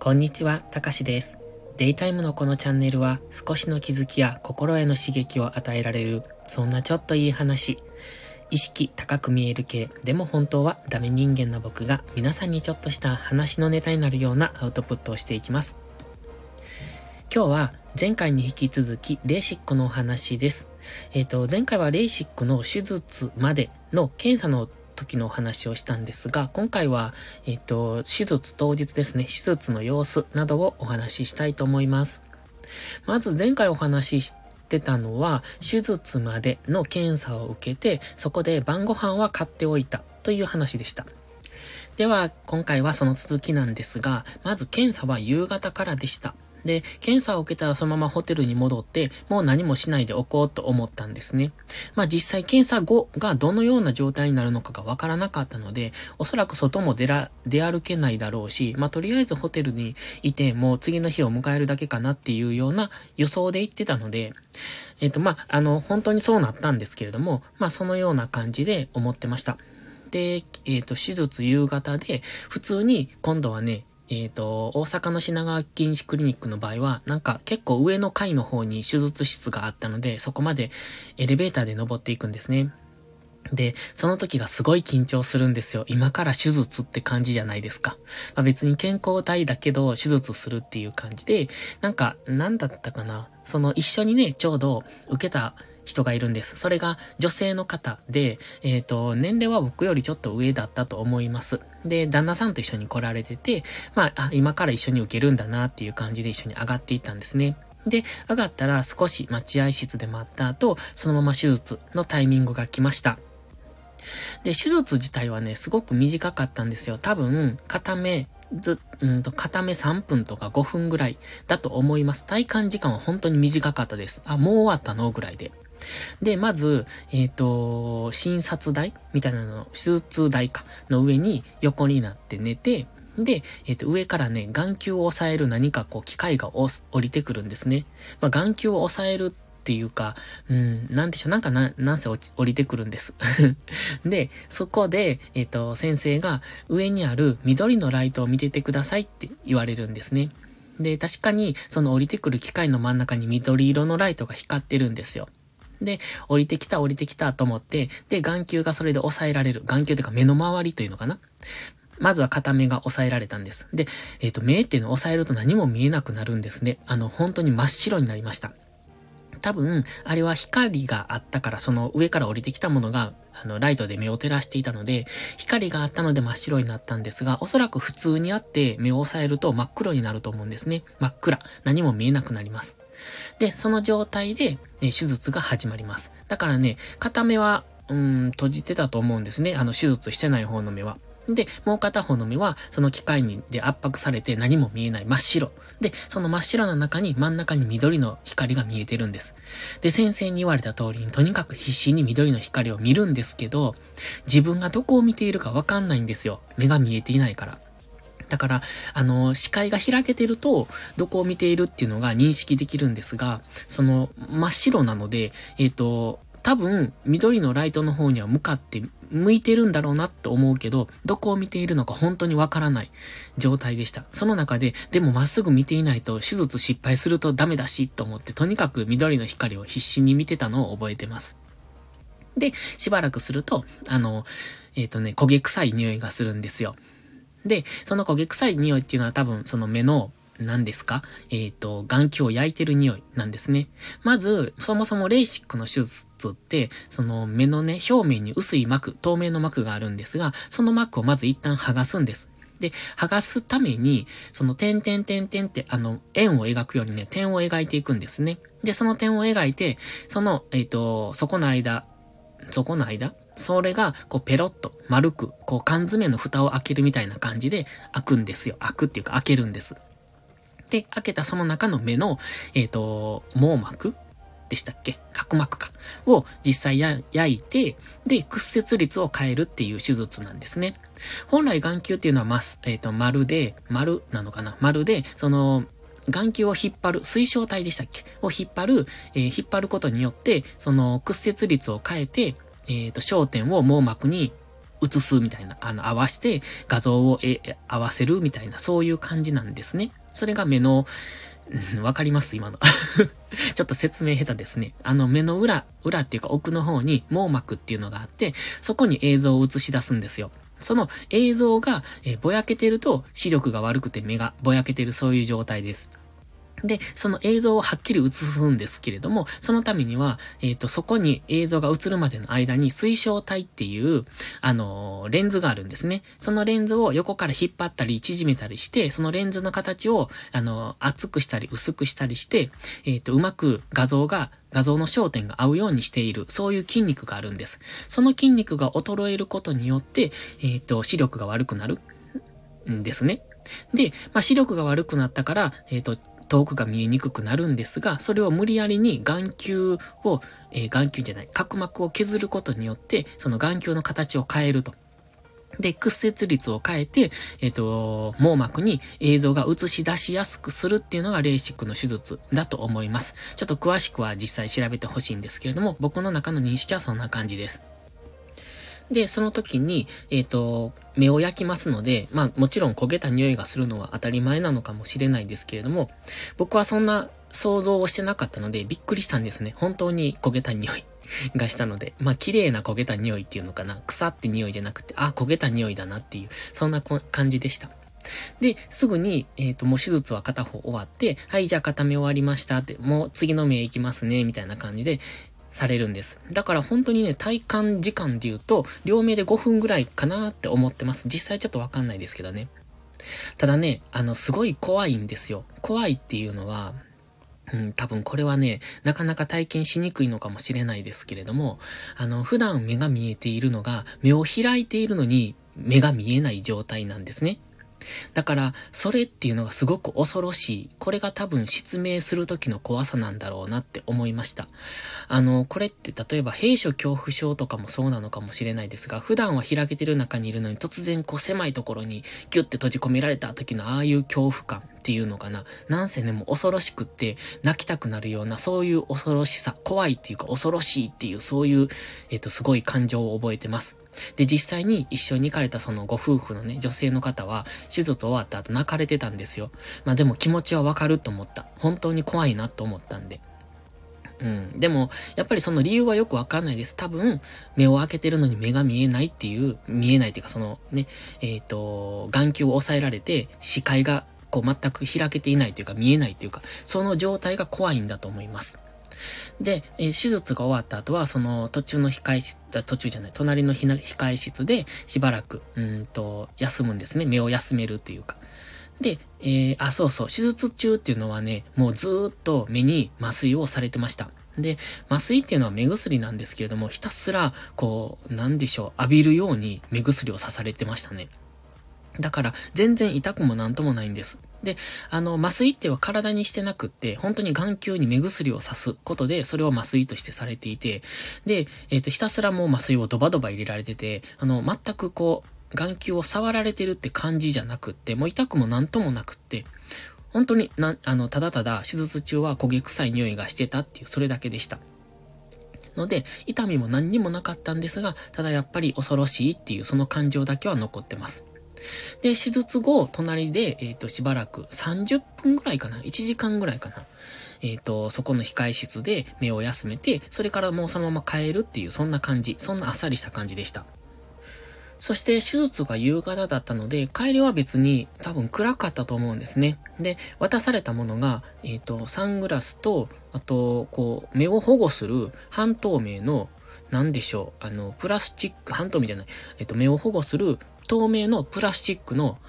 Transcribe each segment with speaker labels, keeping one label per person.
Speaker 1: こんにちは、たかしです。デイタイムのこのチャンネルは少しの気づきや心への刺激を与えられる、そんなちょっといい話。意識高く見える系、でも本当はダメ人間な僕が皆さんにちょっとした話のネタになるようなアウトプットをしていきます。今日は前回に引き続きレーシックのお話です。前回はレーシックの手術までの検査の時のお話をしたんですが、今回は、手術当日ですね、手術の様子などをお話ししたいと思います。まず前回お話ししてたのは、手術までの検査を受けて、そこで晩ご飯は買っておいたという話でした。では、今回はその続きなんですが、まず検査は夕方からでした。で、検査を受けたらそのままホテルに戻って、もう何もしないでおこうと思ったんですね。実際検査後がどのような状態になるのかがわからなかったので、おそらく外も出歩けないだろうし、とりあえずホテルにいて、もう次の日を迎えるだけかなっていうような予想で言ってたので、本当にそうなったんですけれども、そのような感じで思ってました。で、手術夕方で、普通に今度はね、大阪の品川禁止クリニックの場合は、結構上の階の方に手術室があったので、そこまでエレベーターで登っていくんですね。で、その時がすごい緊張するんですよ。今から手術って感じじゃないですか。別に健康体だけど手術するっていう感じで、なんだったかな。一緒にね、ちょうど受けた人がいるんです。それが女性の方で、年齢は僕よりちょっと上だったと思います。で、旦那さんと一緒に来られてて、今から一緒に受けるんだなっていう感じで一緒に上がっていったんですね。で、上がったら少し待合室で待った後、そのまま手術のタイミングが来ました。で、手術自体はね、すごく短かったんですよ。多分、片目3分とか5分ぐらいだと思います。体感時間は本当に短かったです。もう終わったのぐらいで。で、まず、診察台みたいなの、手術台の上に横になって寝て、で、上からね、眼球を押さえる何か機械が降りてくるんですね。眼球を押さえるっていうか、なんでしょう、なんせ降りてくるんです。で、そこで、先生が上にある緑のライトを見ててくださいって言われるんですね。で、確かに、その降りてくる機械の真ん中に緑色のライトが光ってるんですよ。で、降りてきたと思って、で、眼球がそれで抑えられる。眼球というか目の周りというのかな。まずは片目が抑えられたんです。で、目っていうのを抑えると何も見えなくなるんですね。本当に真っ白になりました。多分、あれは光があったから、その上から降りてきたものが、ライトで目を照らしていたので、光があったので真っ白になったんですが、おそらく普通にあって目を押さえると真っ黒になると思うんですね。真っ暗。何も見えなくなります。で、その状態で、手術が始まります。だからね、片目は、閉じてたと思うんですね。手術してない方の目は。で、もう片方の目は、その機械で圧迫されて何も見えない真っ白。で、その真っ白な中に真ん中に緑の光が見えてるんです。で、先生に言われた通りにとにかく必死に緑の光を見るんですけど、自分がどこを見ているかわかんないんですよ。目が見えていないから。だから、視界が開けてると、どこを見ているっていうのが認識できるんですが、真っ白なので、多分、緑のライトの方には向いてるんだろうなって思うけど、どこを見ているのか本当にわからない状態でした。その中で、でもまっすぐ見ていないと手術失敗するとダメだし、と思って、とにかく緑の光を必死に見てたのを覚えてます。で、しばらくすると、焦げ臭い匂いがするんですよ。で、その焦げ臭い匂いっていうのは多分その目の、何ですか眼球を焼いてる匂いなんですね。まず、そもそもレーシックの手術って、その目のね、表面に薄い膜、透明の膜があるんですが、その膜をまず一旦剥がすんです。で、剥がすために、その点々点々って、円を描くようにね、点を描いていくんですね。で、その点を描いて、そこの間、それが、ペロッと、丸く、缶詰の蓋を開けるみたいな感じで開くんですよ。開くっていうか開けるんです。で、開けたその中の目の、網膜でしたっけ？角膜か。を実際焼いて、で、屈折率を変えるっていう手術なんですね。本来眼球っていうのは丸で、眼球を引っ張る、水晶体でしたっけを引っ張ることによって、屈折率を変えて、焦点を網膜に映すみたいな、合わせて画像を合わせるみたいな、そういう感じなんですね。それが目の、わかります今の。ちょっと説明下手ですね。目の裏っていうか奥の方に網膜っていうのがあって、そこに映像を映し出すんですよ。その映像が、ぼやけてると視力が悪くて目がぼやけてる、そういう状態です。で、その映像をはっきり映すんですけれども、そのためには、そこに映像が映るまでの間に水晶体っていう、レンズがあるんですね。そのレンズを横から引っ張ったり縮めたりして、そのレンズの形を、厚くしたり薄くしたりして、うまく画像の焦点が合うようにしている、そういう筋肉があるんです。その筋肉が衰えることによって、視力が悪くなるんですね。で、視力が悪くなったから、遠くが見えにくくなるんですが、それを無理やりに角膜を削ることによって、その眼球の形を変えると。で、屈折率を変えて、網膜に映像が映し出しやすくするっていうのがレーシックの手術だと思います。ちょっと詳しくは実際調べてほしいんですけれども、僕の中の認識はそんな感じです。で、その時に、目を焼きますので、もちろん焦げた匂いがするのは当たり前なのかもしれないですけれども、僕はそんな想像をしてなかったのでびっくりしたんですね。本当に焦げた匂いがしたので、綺麗な焦げた匂いっていうのかな。腐って匂いじゃなくて、焦げた匂いだなっていう、そんな感じでした。で、すぐに、もう手術は片方終わって、はい、じゃあ片目終わりましたって、もう次の目行きますね、みたいな感じで、されるんです。だから本当にね、体感時間で言うと、両目で5分ぐらいかなって思ってます。実際ちょっとわかんないですけどね。ただね、すごい怖いんですよ。怖いっていうのは、多分これはね、なかなか体験しにくいのかもしれないですけれども、普段目が見えているのが、目を開いているのに目が見えない状態なんですね。だから、それっていうのがすごく恐ろしい。これが多分失明する時の怖さなんだろうなって思いました。これって例えば閉所恐怖症とかもそうなのかもしれないですが、普段は開けてる中にいるのに突然狭いところにギュッて閉じ込められた時のああいう恐怖感っていうのかな。なんせね、もう恐ろしくって泣きたくなるような、そういう恐ろしさ、怖いっていうか恐ろしいっていう、そういう、すごい感情を覚えてます。で、実際に一緒に行かれたそのご夫婦のね、女性の方は、手術終わった後泣かれてたんですよ。でも気持ちはわかると思った。本当に怖いなと思ったんで。でも、やっぱりその理由はよくわかんないです。多分、目を開けてるのに目が見えないっていう、見えないっていうかそのね、眼球を抑えられて、視界が全く開けていないというか見えないというか、その状態が怖いんだと思います。で、手術が終わった後は、その途中じゃない、隣の控え室でしばらく、休むんですね。目を休めるというか。で、そうそう、手術中っていうのはね、もうずーっと目に麻酔をされてました。で、麻酔っていうのは目薬なんですけれども、ひたすら、なんでしょう、浴びるように目薬をさされてましたね。だから、全然痛くもなんともないんです。で、麻酔っては体にしてなくって、本当に眼球に目薬をさすことで、それを麻酔としてされていて、で、ひたすらもう麻酔をドバドバ入れられてて、全く眼球を触られてるって感じじゃなくって、もう痛くもなんともなくって、本当にただただ手術中は焦げ臭い匂いがしてたっていう、それだけでした。ので、痛みも何にもなかったんですが、ただやっぱり恐ろしいっていう、その感情だけは残ってます。で、手術後、隣で、しばらく30分ぐらいかな ?1 時間ぐらいかなそこの控え室で目を休めて、それからもうそのまま帰るっていう、そんな感じ、そんなあっさりした感じでした。そして手術が夕方だったので、帰りは別に多分暗かったと思うんですね。で、渡されたものが、サングラスと、あと、目を保護する半透明の、なんでしょう、プラスチック、半透明じゃない、目を保護する透明のプラスチックの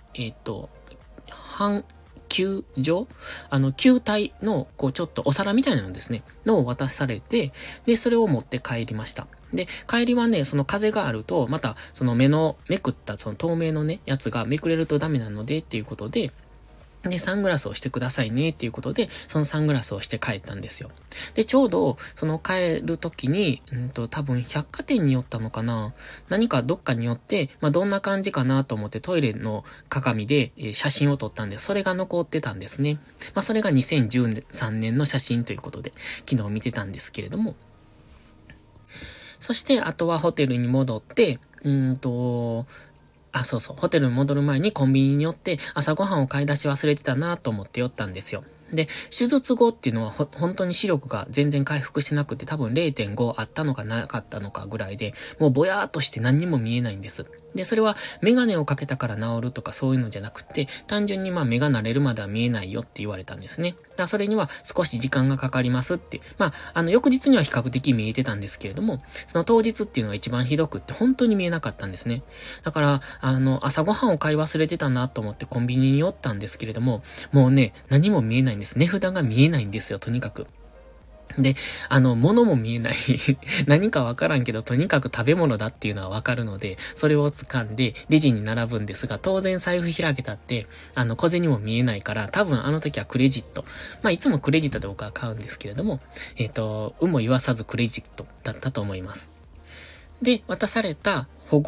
Speaker 1: 半球状球体の、ちょっとお皿みたいなのですね、のを渡されて、で、それを持って帰りました。で、帰りはね、その風があると、また、その目のめくったその透明のね、やつがめくれるとダメなので、っていうことで、で、サングラスをしてくださいね、っていうことで、そのサングラスをして帰ったんですよ。で、ちょうど、その帰る時に、多分百貨店に寄ったのかな何かどっかに寄って、どんな感じかなと思ってトイレの鏡で、写真を撮ったんで、それが残ってたんですね。それが2013年の写真ということで、昨日見てたんですけれども、そして、あとはホテルに戻って、 そうそう、ホテルに戻る前にコンビニに寄って朝ごはんを買い出し忘れてたなと思って寄ったんですよ。で、手術後っていうのは本当に視力が全然回復してなくて多分 0.5 あったのかなかったのかぐらいで、もうぼやーっとして何にも見えないんです。で、それはメガネをかけたから治るとかそういうのじゃなくて、単純に目が慣れるまでは見えないよって言われたんですね。だからそれには少し時間がかかりますって。翌日には比較的見えてたんですけれども、その当日っていうのが一番ひどくって本当に見えなかったんですね。だから、朝ごはんを買い忘れてたなと思ってコンビニに寄ったんですけれども、もうね、何も見えないんです。値札が見えないんですよ、とにかく。で、物も見えない何かわからんけど、とにかく食べ物だっていうのはわかるので、それを掴んで、レジに並ぶんですが、当然財布開けたって、小銭も見えないから、多分あの時はクレジット。いつもクレジットで僕は買うんですけれども、も言わさずクレジットだったと思います。で、渡された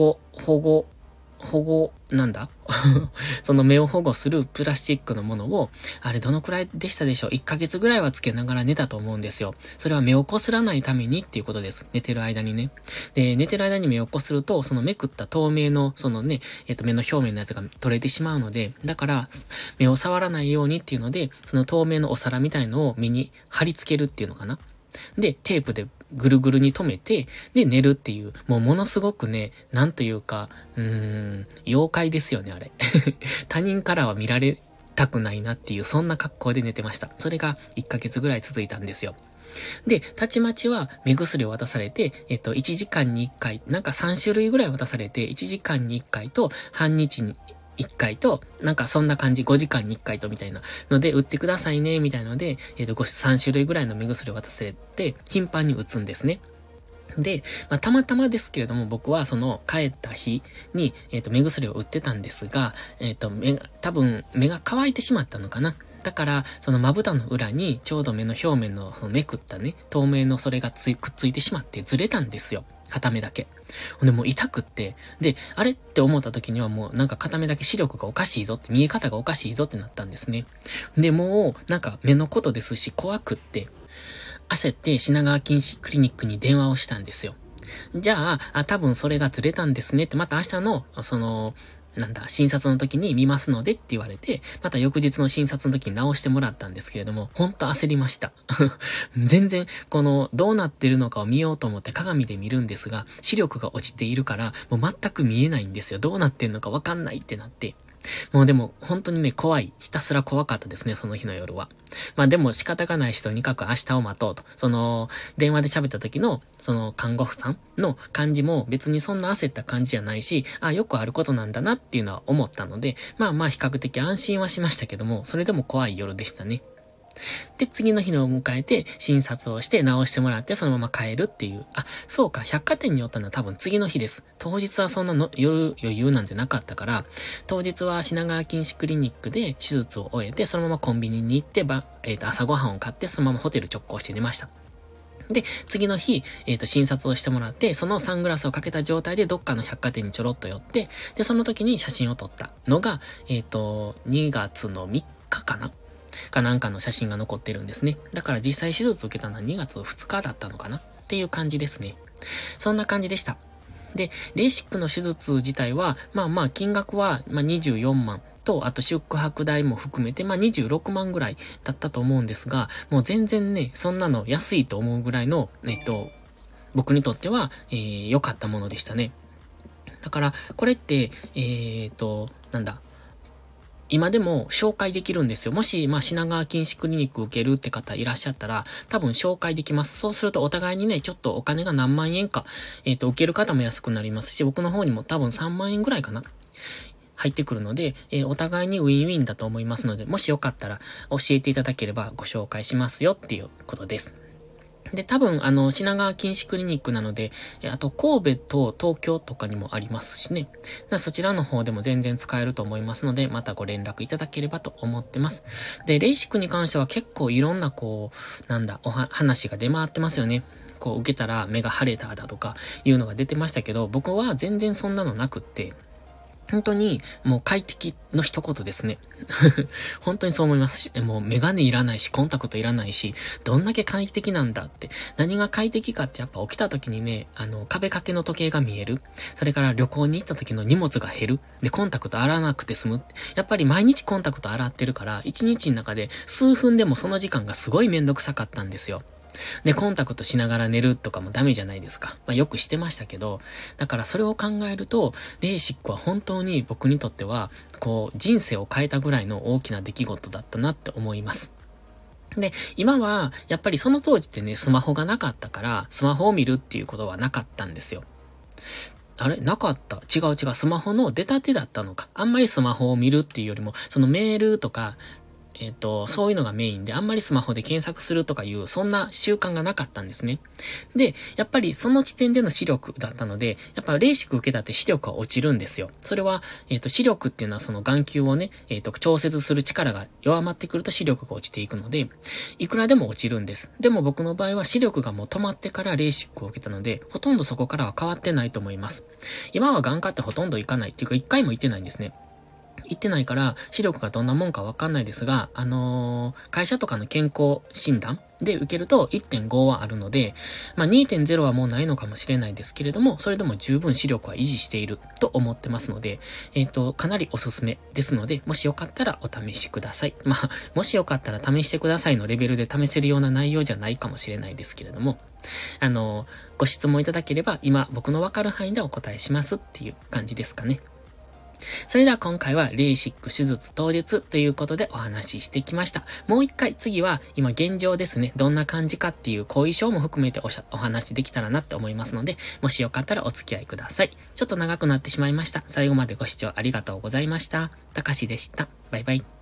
Speaker 1: なんだその目を保護するプラスチックのものを、あれどのくらいでしたでしょう？ 1 ヶ月ぐらいはつけながら寝たと思うんですよ。それは目をこすらないためにっていうことです。寝てる間にね。で、寝てる間に目をこすると、そのめくった透明の、そのね、目の表面のやつが取れてしまうので、だから、目を触らないようにっていうので、その透明のお皿みたいのを目に貼り付けるっていうのかな。で、テープでぐるぐるに留めて、で、寝るっていう、もうものすごくね、なんというか、妖怪ですよね、あれ。他人からは見られたくないなっていう、そんな格好で寝てました。それが1ヶ月ぐらい続いたんですよ。で、たちまちは目薬を渡されて、1時間に1回、なんか3種類ぐらい渡されて、1時間に1回と半日に1回と、なんかそんな感じ、5時間に1回とみたいなので、打ってくださいね、みたいなので、3種類ぐらいの目薬を渡されて、頻繁に打つんですね。で、たまたまですけれども、僕はその帰った日に、目薬を打ってたんですが、多分目が乾いてしまったのかな。だから、そのまぶたの裏にちょうど目の表面のそのめくったね、透明のそれがくっついてしまってずれたんですよ。片目だけ。ほんでもう痛くって、で、あれって思った時にはもうなんか片目だけ視力がおかしいぞって、見え方がおかしいぞってなったんですね。で、もうなんか目のことですし怖くって、焦って品川禁止クリニックに電話をしたんですよ。じゃあ、多分それがずれたんですねって、また明日の、診察の時に見ますのでって言われて、また翌日の診察の時に直してもらったんですけれども、ほんと焦りました。全然、どうなってるのかを見ようと思って鏡で見るんですが、視力が落ちているから、もう全く見えないんですよ。どうなってんのかわかんないってなって。もうでも、本当にね、ひたすら怖かったですね、その日の夜は。でも仕方がないしとにかく明日を待とうと。電話で喋った時の、看護婦さんの感じも別にそんな焦った感じじゃないし、よくあることなんだなっていうのは思ったので、比較的安心はしましたけども、それでも怖い夜でしたね。で、次の日のを迎えて、診察をして直してもらって、そのまま帰るっていう。そうか、百貨店に寄ったのは多分次の日です。当日はそんなの余裕なんてなかったから、当日は品川禁止クリニックで手術を終えて、そのままコンビニに行って、朝ごはんを買って、そのままホテル直行して寝ました。で、次の日、診察をしてもらって、そのサングラスをかけた状態でどっかの百貨店にちょろっと寄って、で、その時に写真を撮ったのが、2月の3日かななんかの写真が残ってるんですね。だから実際手術を受けたのは2月2日だったのかなっていう感じですね。そんな感じでした。で、レーシックの手術自体は、金額は、24万。と、あと宿泊代も含めて、26万ぐらいだったと思うんですが、もう全然ね、そんなの安いと思うぐらいの、僕にとっては、良かったものでしたね。だから、これって、今でも紹介できるんですよ。もし、品川禁止クリニック受けるって方いらっしゃったら、多分紹介できます。そうするとお互いにね、ちょっとお金が何万円か、受ける方も安くなりますし、僕の方にも多分3万円ぐらいかな。入ってくるので、お互いにウィンウィンだと思いますので、もしよかったら教えていただければご紹介しますよっていうことです。で、多分、品川禁止クリニックなので、あと、神戸と東京とかにもありますしね。そちらの方でも全然使えると思いますので、またご連絡いただければと思ってます。で、レーシックに関しては結構いろんな話が出回ってますよね。受けたら目が腫れただとかいうのが出てましたけど、僕は全然そんなのなくって、 本当にもう快適の一言ですね。本当にそう思いますし、もうメガネいらないし、コンタクトいらないし、どんだけ快適なんだって。何が快適かってやっぱ起きた時にね、壁掛けの時計が見える。それから旅行に行った時の荷物が減る。で、コンタクト洗わなくて済む。やっぱり毎日コンタクト洗ってるから、一日の中で数分でもその時間がすごいめんどくさかったんですよ。で、コンタクトしながら寝るとかもダメじゃないですか。よくしてましたけど、だからそれを考えると、レーシックは本当に僕にとっては、人生を変えたぐらいの大きな出来事だったなって思います。で、今は、やっぱりその当時ってね、スマホがなかったから、スマホを見るっていうことはなかったんですよ。あれなかった。違う。スマホの出たてだったのか。あんまりスマホを見るっていうよりも、そのメールとか、そういうのがメインで、あんまりスマホで検索するとかいう、そんな習慣がなかったんですね。で、やっぱりその時点での視力だったので、やっぱレーシック受けたって視力は落ちるんですよ。それは、視力っていうのはその眼球をね、調節する力が弱まってくると視力が落ちていくので、いくらでも落ちるんです。でも僕の場合は視力がもう止まってからレーシックを受けたので、ほとんどそこからは変わってないと思います。今は眼科ってほとんど行かないっていうか、一回も行ってないんですね。行ってないから、視力がどんなもんかわかんないですが、会社とかの健康診断で受けると 1.5 はあるので、2.0 はもうないのかもしれないですけれども、それでも十分視力は維持していると思ってますので、かなりおすすめですので、もしよかったらお試しください。もしよかったら試してくださいのレベルで試せるような内容じゃないかもしれないですけれども、ご質問いただければ、今僕のわかる範囲でお答えしますっていう感じですかね。それでは今回はレーシック手術当日ということでお話ししてきました。もう一回次は今現状ですね、どんな感じかっていう後遺症も含めてお話できたらなって思いますので、もしよかったらお付き合いください。ちょっと長くなってしまいました。最後までご視聴ありがとうございました。たかしでした。バイバイ。